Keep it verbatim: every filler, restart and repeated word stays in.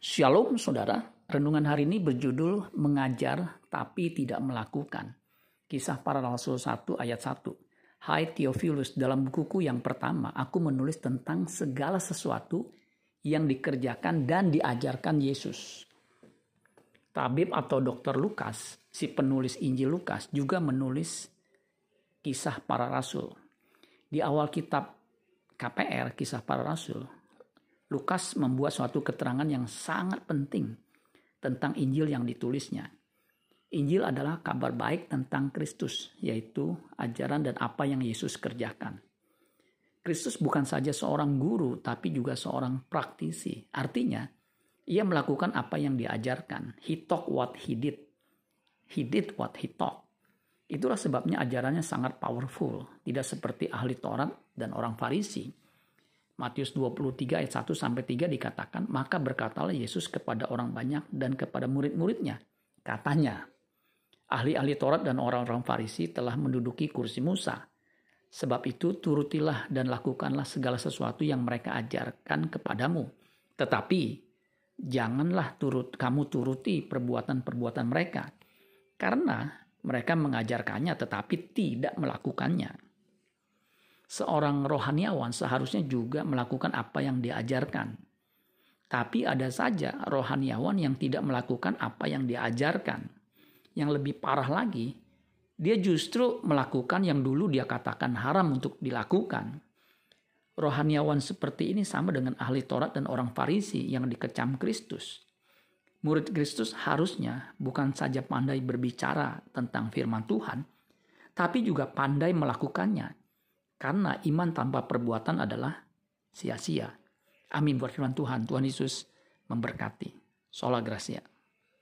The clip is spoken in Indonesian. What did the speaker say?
Shalom saudara, renungan hari ini berjudul mengajar tapi tidak melakukan. Kisah Para Rasul satu ayat satu. Hai Theophilus, dalam bukuku yang pertama aku menulis tentang segala sesuatu yang dikerjakan dan diajarkan Yesus. Tabib atau dokter Lukas, si penulis Injil Lukas juga menulis Kisah Para Rasul. Di awal kitab K P R, Kisah Para Rasul, Lukas membuat suatu keterangan yang sangat penting tentang Injil yang ditulisnya. Injil adalah kabar baik tentang Kristus, yaitu ajaran dan apa yang Yesus kerjakan. Kristus bukan saja seorang guru, tapi juga seorang praktisi. Artinya, ia melakukan apa yang diajarkan. He talk what he did. He did what he talk. Itulah sebabnya ajarannya sangat powerful, tidak seperti ahli Taurat dan orang Farisi. Matius dua puluh tiga ayat satu sampai tiga dikatakan, maka berkatalah Yesus kepada orang banyak dan kepada murid-muridnya. Katanya, ahli-ahli Taurat dan orang-orang Farisi telah menduduki kursi Musa. Sebab itu turutilah dan lakukanlah segala sesuatu yang mereka ajarkan kepadamu. Tetapi janganlah turut kamu turuti perbuatan-perbuatan mereka. Karena mereka mengajarkannya tetapi tidak melakukannya. Seorang rohaniawan seharusnya juga melakukan apa yang diajarkan. Tapi ada saja rohaniawan yang tidak melakukan apa yang diajarkan. Yang lebih parah lagi, dia justru melakukan yang dulu dia katakan haram untuk dilakukan. Rohaniawan seperti ini sama dengan ahli Taurat dan orang Farisi yang dikecam Kristus. Murid Kristus harusnya bukan saja pandai berbicara tentang firman Tuhan, tapi juga pandai melakukannya. Karena iman tanpa perbuatan adalah sia-sia. Amin buat firman Tuhan. Tuhan Yesus memberkati. Sola Gracia.